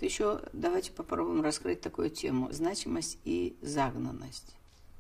еще давайте попробуем раскрыть такую тему. Значимость и загнанность.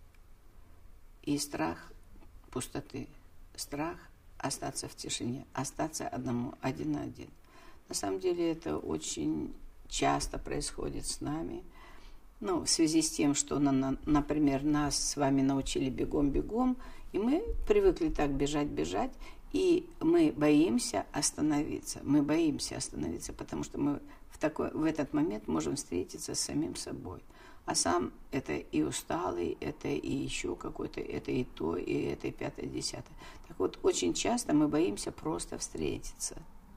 И страх пустоты. Страх остаться в тишине, остаться один на один. На самом деле это очень часто происходит с нами. Ну, в связи с тем, что, например, нас с вами научили бегом-бегом, и мы привыкли так бежать, и мы боимся остановиться. Мы боимся остановиться, потому что мы в этот момент можем встретиться с самим собой. А сам это и усталый, это и еще какой-то, это и то, и это, и пятое, десятое. Так вот, очень часто мы боимся просто встретиться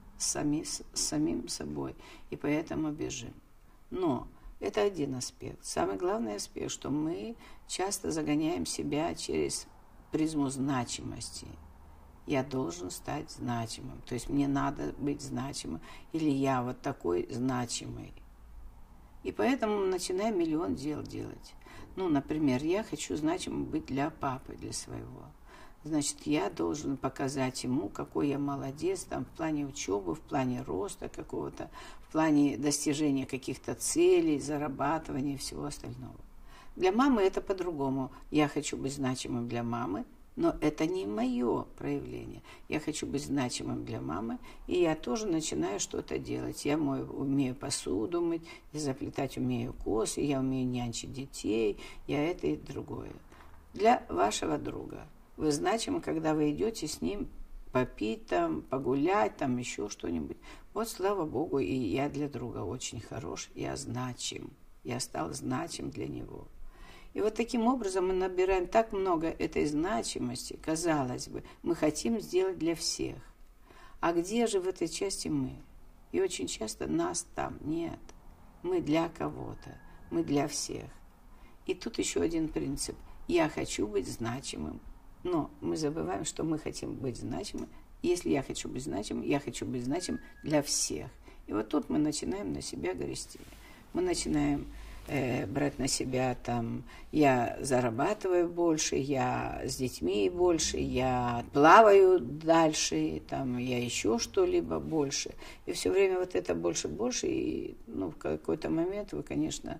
с самим собой, и поэтому бежим. Но это один аспект. Самый главный аспект, что мы часто загоняем себя через призму значимости. Я должен стать значимым, то есть мне надо быть значимым, или я вот такой значимый. И поэтому мы начинаем миллион дел делать. Ну, например, я хочу значимым быть для папы, для своего. Значит, я должен показать ему, какой я молодец там, в плане учебы, в плане роста какого-то, в плане достижения каких-то целей, зарабатывания и всего остального. Для мамы это по-другому. Я хочу быть значимым для мамы, но это не мое проявление. Я хочу быть значимым для мамы, и я тоже начинаю что-то делать. Я умею посуду мыть, я заплетать умею косы, я умею нянчить детей, я это и другое. Для вашего друга вы значимы, когда вы идете с ним попить, там, погулять, там, еще что-нибудь. Вот, слава Богу, и я для друга очень хорош, я значим. Я стал значим для него. И вот таким образом мы набираем так много этой значимости, казалось бы, мы хотим сделать для всех. А где же в этой части мы? И очень часто нас там нет. Мы для кого-то, мы для всех. И тут еще один принцип. Я хочу быть значимым. Но мы забываем, что мы хотим быть значимым. Если я хочу быть значимым для всех. И вот тут мы начинаем на себя грести. Мы начинаем брать на себя, там, я зарабатываю больше, я с детьми больше, я плаваю дальше, там, я еще что-либо больше. И все время вот это больше, и ну, в какой-то момент вы, конечно,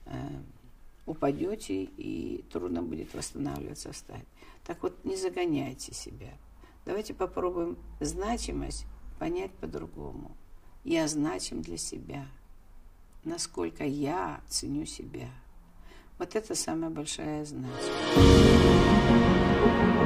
упадете, и трудно будет восстанавливаться, встать. Так вот, не загоняйте себя. Давайте попробуем значимость понять по-другому. Я значим для себя. Насколько я ценю себя. Вот это самая большая значимость.